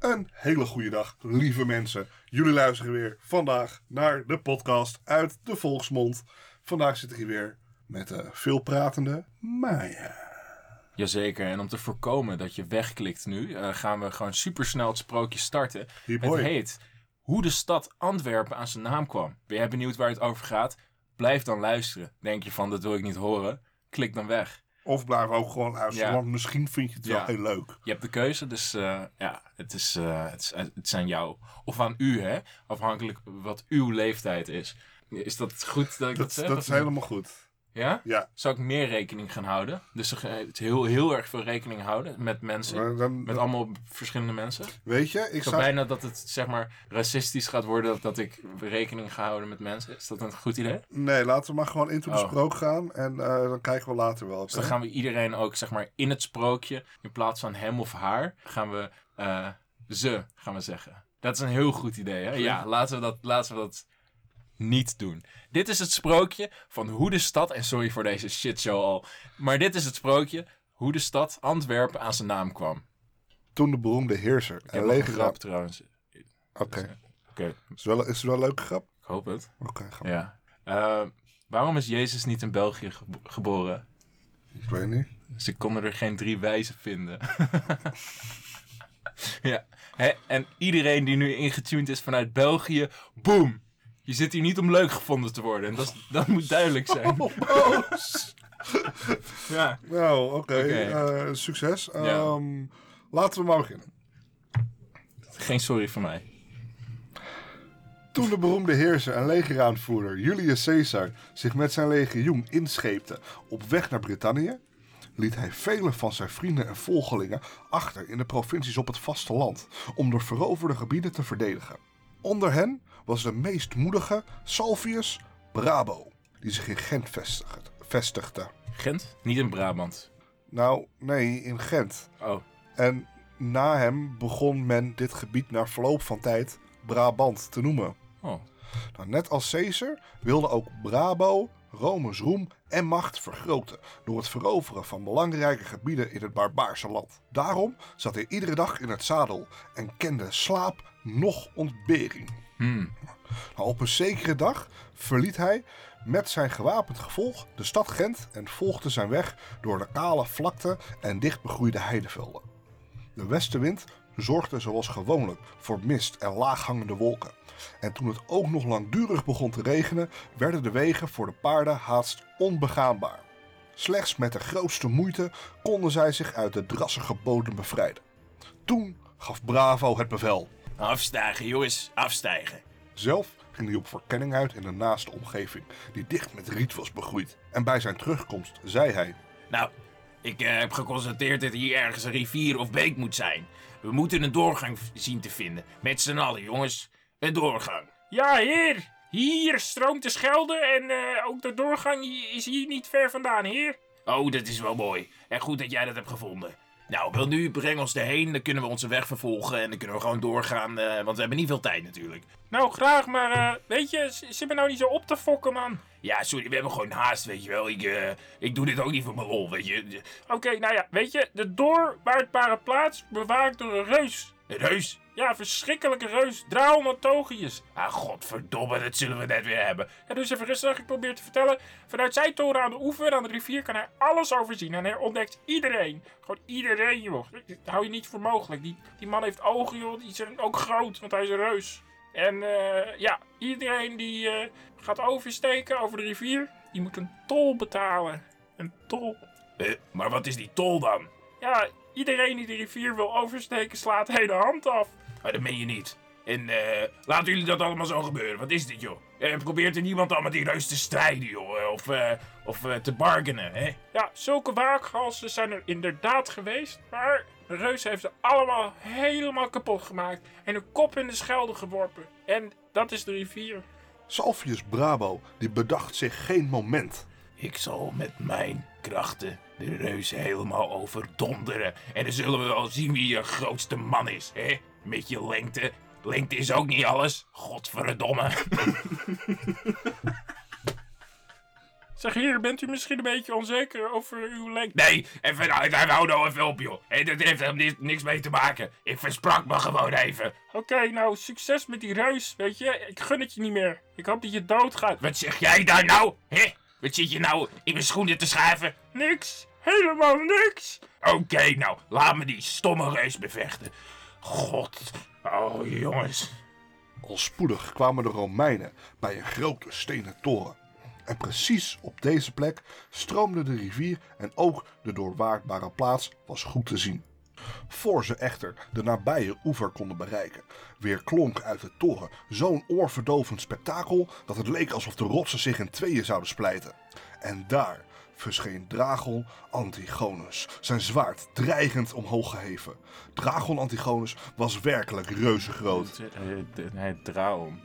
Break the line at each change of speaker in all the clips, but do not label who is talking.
Een hele goede dag, lieve mensen. Jullie luisteren weer vandaag naar de podcast uit de volksmond. Vandaag zit ik hier weer met de veelpratende Maya.
Jazeker, en om te voorkomen dat je wegklikt nu, gaan we gewoon supersnel het sprookje starten. Het heet Hoe de stad Antwerpen aan zijn naam kwam. Ben jij benieuwd waar het over gaat? Blijf dan luisteren. Denk je van, dat wil ik niet horen? Klik dan weg.
Of blijf ook gewoon luisteren, want misschien vind je het wel heel leuk.
Je hebt de keuze, dus het is aan jou. Of aan u, hè? Afhankelijk wat uw leeftijd is. Is dat goed dat ik dat zeg?
Dat is helemaal goed.
Ja?
Ja.
Zou ik meer rekening gaan houden? Dus heel erg veel rekening houden met mensen. Met allemaal verschillende mensen.
Weet je, ik zou
bijna dat het zeg maar racistisch gaat worden dat ik rekening ga houden met mensen. Is dat een goed idee?
Nee, laten we maar gewoon into de sprook gaan. En dan kijken we later wel.
Dus dan gaan we iedereen ook zeg maar in het sprookje, in plaats van hem of haar, gaan we gaan we zeggen. Dat is een heel goed idee, hè? Ja, laten we dat niet doen. Dit is het sprookje van hoe de stad, en sorry voor deze shitshow al, maar dit is het sprookje hoe de stad Antwerpen aan zijn naam kwam.
Toen de beroemde heerser
en leger grap trouwens.
Oké.
Is
het wel een leuke grap?
Ik hoop het.
Oké, ga
maar. Ja. Waarom is Jezus niet in België geboren?
Ik weet niet.
Ze konden er geen 3 wijzen vinden. Ja. En iedereen die nu ingetuned is vanuit België, boom! Je zit hier niet om leuk gevonden te worden. En dat moet duidelijk zijn.
Ja. Nou, oké. Succes.
Ja.
Laten we maar beginnen.
Geen sorry van mij.
Toen de beroemde heerser en legeraanvoerder Julius Caesar zich met zijn legioen inscheepte op weg naar Brittannië, liet hij vele van zijn vrienden en volgelingen achter in de provincies op het vasteland om de veroverde gebieden te verdedigen. Onder hen was de meest moedige Salvius Brabo, die zich in Gent vestigde.
Gent? Niet in Brabant?
Nou, nee, in Gent.
Oh.
En na hem begon men dit gebied na verloop van tijd Brabant te noemen.
Oh.
Nou, net als Caesar wilde ook Brabo Rome's roem en macht vergroten door het veroveren van belangrijke gebieden in het barbaarse land. Daarom zat hij iedere dag in het zadel en kende slaap noch ontbering. Nou, op een zekere dag verliet hij met zijn gewapend gevolg de stad Gent en volgde zijn weg door de kale vlakte en dichtbegroeide heidevelden. De westenwind zorgde zoals gewoonlijk voor mist en laaghangende wolken. En toen het ook nog langdurig begon te regenen, werden de wegen voor de paarden haast onbegaanbaar. Slechts met de grootste moeite konden zij zich uit de drassige bodem bevrijden. Toen gaf Bravo het bevel.
Afstijgen, jongens, afstijgen.
Zelf ging hij op verkenning uit in de naaste omgeving, die dicht met riet was begroeid. En bij zijn terugkomst zei hij:
Nou, ik heb geconstateerd dat hier ergens een rivier of beek moet zijn. We moeten een doorgang zien te vinden. Met z'n allen, jongens. Een doorgang.
Ja, heer. Hier stroomt de Schelde en ook de doorgang is hier niet ver vandaan, heer.
Oh, dat is wel mooi. En goed dat jij dat hebt gevonden. Nou, wel nu, breng ons erheen. Dan kunnen we onze weg vervolgen en dan kunnen we gewoon doorgaan. Want we hebben niet veel tijd natuurlijk.
Nou, graag, maar weet je, zit me nou niet zo op te fokken, man.
Ja, sorry, we hebben gewoon haast, weet je wel. Ik doe dit ook niet voor mijn lol, weet je.
Oké, nou ja, weet je, de doorwaardbare plaats bewaakt door een reus.
Een reus?
Ja, verschrikkelijke reus. Draonatogius.
Ah, godverdomme, dat zullen we net weer hebben.
Ja, dus even rustig, ik probeer te vertellen. Vanuit zijn toren aan de oever, aan de rivier, kan hij alles overzien. En hij ontdekt iedereen. Gewoon iedereen, joh. Dat hou je niet voor mogelijk. Die man heeft ogen, joh. Die zijn ook groot, want hij is een reus. En ja, iedereen die gaat oversteken over de rivier, die moet een tol betalen. Een tol.
Maar wat is die tol dan?
Ja, iedereen die de rivier wil oversteken slaat de hele hand af.
Maar dat meen je niet. En laten jullie dat allemaal zo gebeuren. Wat is dit, joh? Probeert er niemand al met die reus te strijden, joh? Of te bargainen, hè?
Ja, zulke waakhalsen zijn er inderdaad geweest. Maar de reus heeft ze allemaal helemaal kapot gemaakt. En hun kop in de Schelde geworpen. En dat is de rivier.
Salvius Brabo, die bedacht zich geen moment.
Ik zal met mijn krachten de reus helemaal overdonderen. En dan zullen we wel zien wie je grootste man is, hè? Met je lengte. Lengte is ook niet alles. Godverdomme.
Zeg, heer, bent u misschien een beetje onzeker over uw lengte?
Nee, even, hou nou even op, joh. Dat heeft er niks mee te maken. Ik versprak me gewoon even.
Oké, nou, succes met die reus, weet je. Ik gun het je niet meer. Ik hoop dat je doodgaat.
Wat zeg jij daar nou? Hè? Wat zit je nou in mijn schoenen te schuiven?
Niks. Helemaal niks.
Oké, nou, laat me die stomme reus bevechten. God. Oh, jongens.
Al spoedig kwamen de Romeinen bij een grote stenen toren. En precies op deze plek stroomde de rivier en ook de doorwaardbare plaats was goed te zien. Voor ze echter de nabije oever konden bereiken, weerklonk uit de toren zo'n oorverdovend spektakel dat het leek alsof de rotsen zich in tweeën zouden splijten. En daar verscheen Dragon Antigonus, zijn zwaard dreigend omhoog geheven. Dragon Antigonus was werkelijk reuzengroot.
Nee, Draon.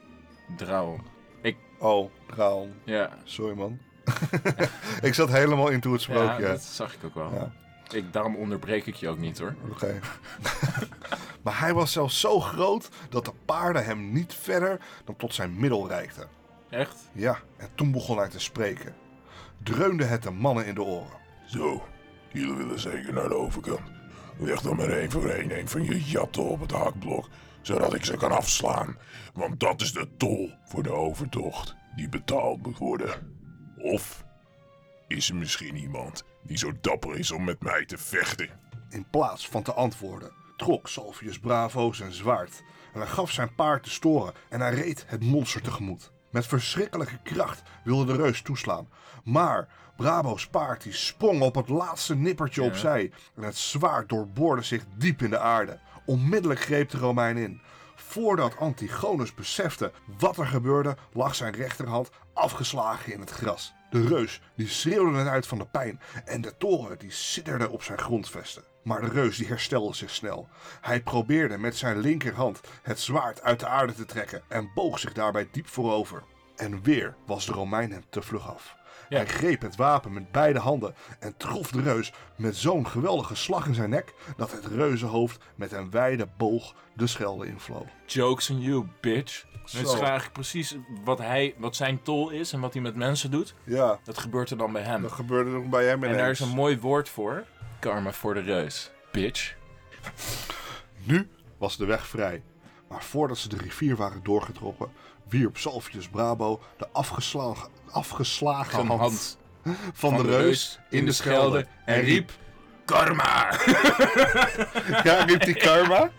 Oh, Dragon.
Ja.
Sorry man. Ik zat helemaal into het sprookje.
Ja, dat zag ik ook wel.
Ja.
Daarom onderbreek ik je ook niet, hoor.
Oké. Maar hij was zelfs zo groot dat de paarden hem niet verder dan tot zijn middel reikten.
Echt?
Ja, en toen begon hij te spreken. Dreunde het de mannen in de oren.
Zo, jullie willen zeker naar de overkant. Leg dan maar één voor één een van je jatten op het hakblok, zodat ik ze kan afslaan. Want dat is de tol voor de overtocht die betaald moet worden. Of is er misschien iemand die zo dapper is om met mij te vechten?
In plaats van te antwoorden, trok Salvius Bravo zijn zwaard en hij gaf zijn paard te storen en hij reed het monster tegemoet. Met verschrikkelijke kracht wilde de reus toeslaan, maar Brabo's paard die sprong op het laatste nippertje opzij en het zwaard doorboorde zich diep in de aarde. Onmiddellijk greep de Romein in. Voordat Antigonus besefte wat er gebeurde, lag zijn rechterhand afgeslagen in het gras. De reus die schreeuwde het uit van de pijn en de toren die sidderde op zijn grondvesten. Maar de reus die herstelde zich snel. Hij probeerde met zijn linkerhand het zwaard uit de aarde te trekken en boog zich daarbij diep voorover. En weer was de Romein hem te vlug af.
Ja.
Hij greep het wapen met beide handen en trof de reus met zo'n geweldige slag in zijn nek dat het reuzenhoofd met een wijde boog de Schelde invloog.
Jokes on you, bitch.
Zo.
Dit is eigenlijk precies wat zijn tol is en wat hij met mensen doet.
Ja,
Dat gebeurt er dan bij hem.
dat gebeurde ook bij hem
En
ineens.
daar is een mooi woord voor. Karma voor de reus. Bitch.
Nu was de weg vrij. Maar voordat ze de rivier waren doorgetrokken, wierp Salvius Brabo de afgeslagen hand van de reus in de Schelde en riep...
Karma!
Ja, riep die karma?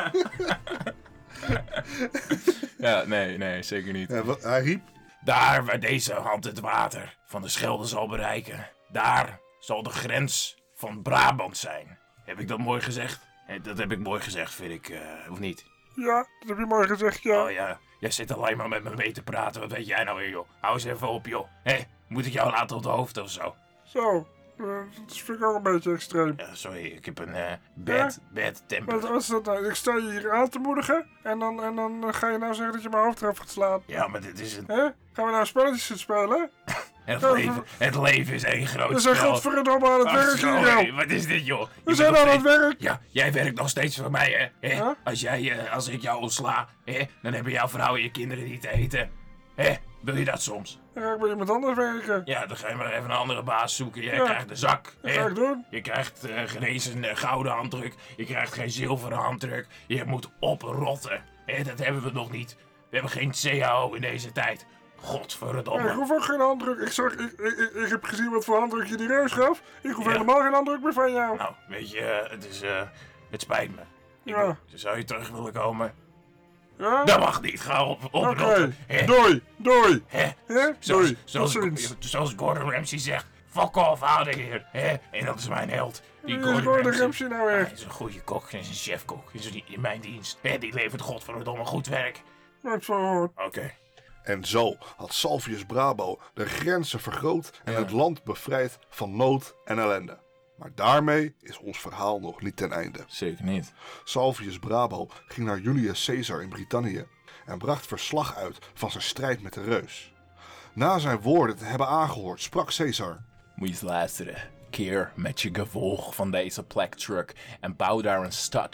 Ja, nee, zeker niet.
Ja, hij riep...
Daar waar deze hand het water van de Schelde zal bereiken, daar zal de grens van Brabant zijn. Heb ik dat mooi gezegd? Dat heb ik mooi gezegd, vind ik, of niet?
Ja, dat heb je mooi gezegd, ja.
Oh ja, jij zit alleen maar met me mee te praten. Wat weet jij nou weer, joh? Hou eens even op, joh. Hé, moet ik jou laten op de hoofd of zo?
Zo, dat vind ik ook een beetje extreem.
Ja, sorry, ik heb een bad temper.
Wat is dat nou? Ik sta je hier aan te moedigen en dan ga je nou zeggen dat je mijn hoofd eraf gaat slaan.
Ja, maar dit is een...
Hè? Gaan we nou spelletjes zitten spelen?
Het leven is één groot
We zijn
spel.
godverdomme aan het werk hier,
sorry,
joh.
wat is dit, joh?
We zijn aan het werk.
Ja, jij werkt nog steeds voor mij, hè?
Huh?
Als ik jou ontsla, hè? Dan hebben jouw vrouw en je kinderen niet te eten. Hè? Wil je dat soms?
Dan ga ik bij iemand anders werken.
Ja, dan ga je maar even een andere baas zoeken. Jij
Ja.
krijgt de zak.
Dat
hè?
ga ik doen.
Je krijgt geen eens een gouden handdruk. Je krijgt geen zilveren handdruk. Je moet oprotten. Hè? Dat hebben we nog niet. We hebben geen CAO in deze tijd. Godverdomme.
Maar ik hoef ook geen handdruk. Ik heb gezien wat voor handdruk je die reus gaf. Ik hoef helemaal geen handdruk meer van jou.
Nou, weet je, het spijt me.
Ja.
Zou je terug willen komen?
Ja?
Dat mag niet. Ga oprotten.
Oké. Doei.
Hè?
Hè? Doei. Tot
Zoals
ziens.
Gordon Ramsay zegt. Fuck off, out of here. Hè? En dat is mijn held. Die
Wie is Gordon Ramsay nou weer?
Hij is een goede kok. Hij is een chefkok. Hij is in mijn dienst. Hè? Die levert godverdomme goed werk.
Nooit van gehoord.
Oké.
En zo had Salvius Brabo de grenzen vergroot en het land bevrijd van nood en ellende. Maar daarmee is ons verhaal nog niet ten einde.
Zeker niet.
Salvius Brabo ging naar Julius Caesar in Brittannië en bracht verslag uit van zijn strijd met de reus. Na zijn woorden te hebben aangehoord, sprak Caesar.
Moet je eens luisteren. Keer met je gevolg van deze plektruck en bouw daar een stad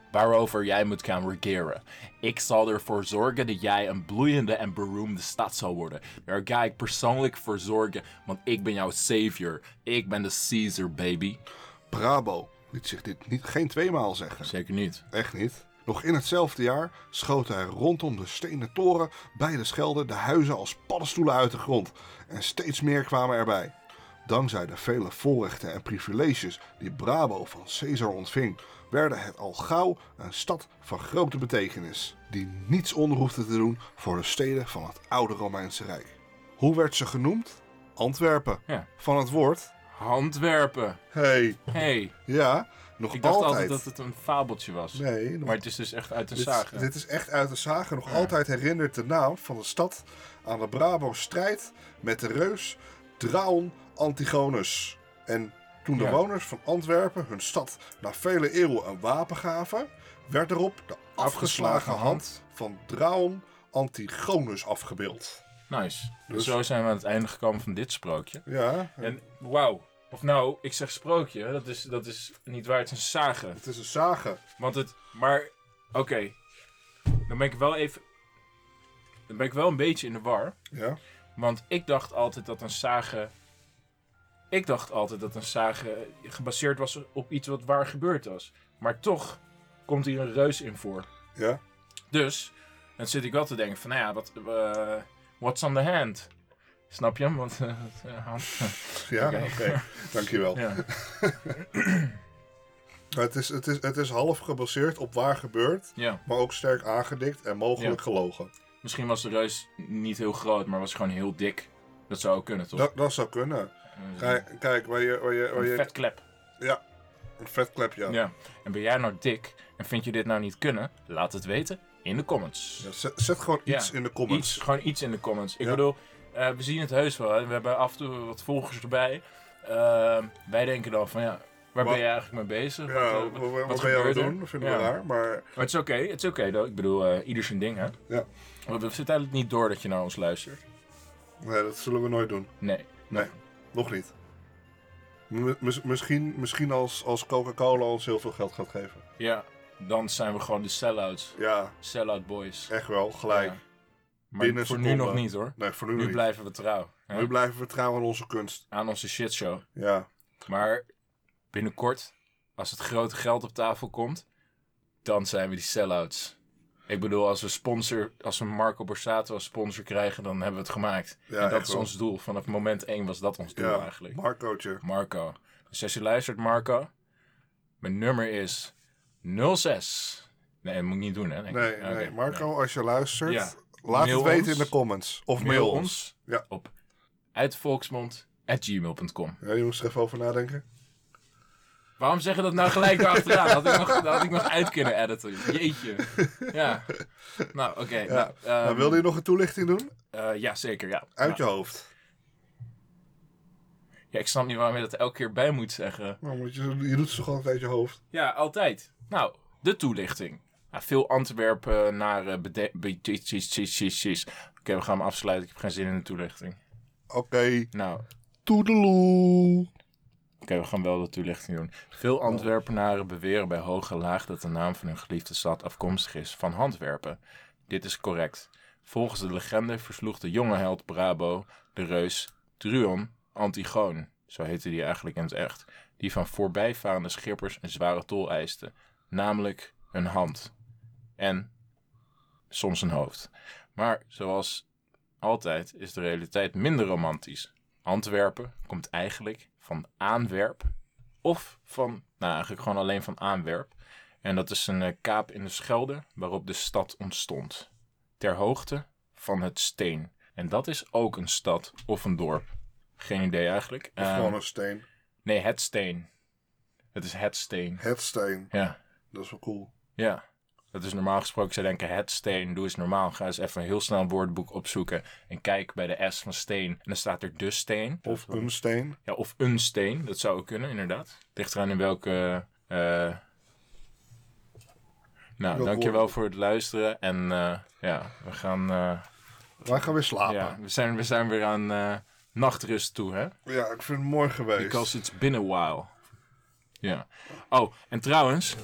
waarover jij moet gaan regeren. Ik zal ervoor zorgen dat jij een bloeiende en beroemde stad zal worden. Daar ga ik persoonlijk voor zorgen, want ik ben jouw savior. Ik ben de Caesar, baby.
Brabo liet zich dit geen tweemaal zeggen.
Zeker niet.
Echt niet. Nog in hetzelfde jaar schoten hij rondom de stenen toren bij de Schelde de huizen als paddenstoelen uit de grond. En steeds meer kwamen erbij. Dankzij de vele voorrechten en privileges die Brabo van Caesar ontving, werden het al gauw een stad van grote betekenis, die niets onder hoefde te doen voor de steden van het oude Romeinse Rijk. Hoe werd ze genoemd? Antwerpen.
Ja.
Van het woord...
Antwerpen. Hey.
Ja, nog
Ik dacht
altijd.
altijd dat het een fabeltje was.
Nee, nog...
Maar het is dus echt uit de zagen.
Dit is echt uit de zagen. Nog altijd herinnert de naam van de stad aan de Brabo-strijd met de reus Draon Antigonus. En toen de bewoners van Antwerpen hun stad na vele eeuwen een wapen gaven, werd erop de afgeslagen hand van Draon Antigonus afgebeeld.
Nice.
Dus-
Zo zijn we aan het einde gekomen van dit sprookje.
Ja,
En wauw. Of nou, ik zeg sprookje, dat is niet waar, het is een sage.
het is een zagen.
Want maar, oké. Dan ben ik wel een beetje in de war.
Ja,
Want ik dacht altijd dat een sage gebaseerd was op iets wat waar gebeurd was. Maar toch komt hier een reus in voor.
ja.
Dus, dan zit ik wel te denken van, nou ja, what's on the hand? Snap je hem? Want, hand.
Ja,
Oké.
oké. Dankjewel.
Ja.
Het is half gebaseerd op waar gebeurd,
Ja.
maar ook sterk aangedikt en mogelijk gelogen.
Misschien was de reus niet heel groot, maar was gewoon heel dik. Dat zou ook kunnen, toch?
Dat zou kunnen. Kijk, waar je
Een vetklep.
ja, een vetklep, ja.
Ja. En ben jij nou dik en vind je dit nou niet kunnen? Laat het weten in de comments.
Ja, zet gewoon iets in de comments.
Gewoon iets in de comments. Ik
Ja.
bedoel, we zien het heus wel. Hè. We hebben af en toe wat volgers erbij. Wij denken dan van ja, waar ben je eigenlijk mee bezig?
Ja,
wat
wat ben je aan het
gebeurt er?
doen? Dat vinden we
Ja.
raar, maar
Maar het is oké. Ik bedoel, ieder zijn ding, hè?
ja.
We zitten eigenlijk niet door dat je naar ons luistert.
Nee, dat zullen we nooit doen.
Nee.
Nee, nog niet. Misschien als Coca-Cola ons heel veel geld gaat geven.
Ja, dan zijn we gewoon de sell-outs.
Ja,
Sell-out boys.
echt wel, gelijk.
Ja. Maar
Binnen
voor
seconden.
nu nog niet, hoor.
Nee, voor nu
Nu
niet.
blijven we trouw. Hè?
Nu blijven we trouw aan onze kunst.
Aan onze shitshow.
Ja,
Maar binnenkort, als het grote geld op tafel komt, dan zijn we die sell-outs. Ik bedoel, als we Marco Borsato als sponsor krijgen, dan hebben we het gemaakt.
Ja,
en dat
echt
is
wel.
ons doel. Vanaf moment 1 was dat ons doel
ja.
eigenlijk.
Marcootje.
Marco. Dus als je luistert, Marco, mijn nummer is 06. Nee, dat moet ik niet doen, hè? denk ik.
Nee,
Oké,
Marco, als je luistert,
Ja.
laat
Mail
het weten
ons.
in de comments. Of
Mail ons
Ja.
op uitvolksmond@gmail.com.
Ja, je moest er even over nadenken.
Waarom zeg je dat nou gelijk erachteraan? Had ik nog uit kunnen editen. Jeetje. Ja. Nou, oké.
Ja. Nou, wilde je nog een toelichting doen?
Ja, zeker. Ja.
Uit
Nou,
je hoofd.
ja, ik snap niet waarom je dat elke keer bij moet zeggen.
Nou, want je doet ze gewoon uit je hoofd.
Ja, altijd. Nou, de toelichting. Nou, veel Antwerpen naar... Oké, we gaan hem afsluiten. Ik heb geen zin in de toelichting.
Oké.
Nou,
Toedeloe.
oké, we gaan wel de toelichting doen. Veel Antwerpenaren beweren bij hoog en laag dat de naam van hun geliefde stad afkomstig is van Antwerpen. Dit is correct. Volgens de legende versloeg de jonge held Brabo de reus Druon Antigoon, zo heette die eigenlijk in het echt, die van voorbijvarende schippers een zware tol eiste, namelijk een hand en soms een hoofd. Maar zoals altijd is de realiteit minder romantisch. Antwerpen komt eigenlijk van Aanwerp of van, nou eigenlijk gewoon alleen van Aanwerp. En dat is een kaap in de Schelde waarop de stad ontstond. Ter hoogte van het Steen. En dat is ook een stad of een dorp. Geen idee eigenlijk.
Of gewoon een steen.
Nee, het Steen. Het is het Steen.
Het steen.
Ja,
Dat is wel cool.
ja. Dat is normaal gesproken, zou denken, het Steen, doe eens normaal. Ga eens even heel snel een woordenboek opzoeken en kijk bij de S van Steen. En dan staat er de Steen.
Of een steen.
Ja, of een steen. Dat zou ook kunnen, inderdaad. Ligt eraan in welke... Nou, dankjewel voor het luisteren. En ja, we gaan...
Wij gaan weer slapen.
ja, we zijn weer aan nachtrust toe, hè?
Ja, ik vind het mooi geweest.
Because it's been a while. Ja. Oh, en trouwens,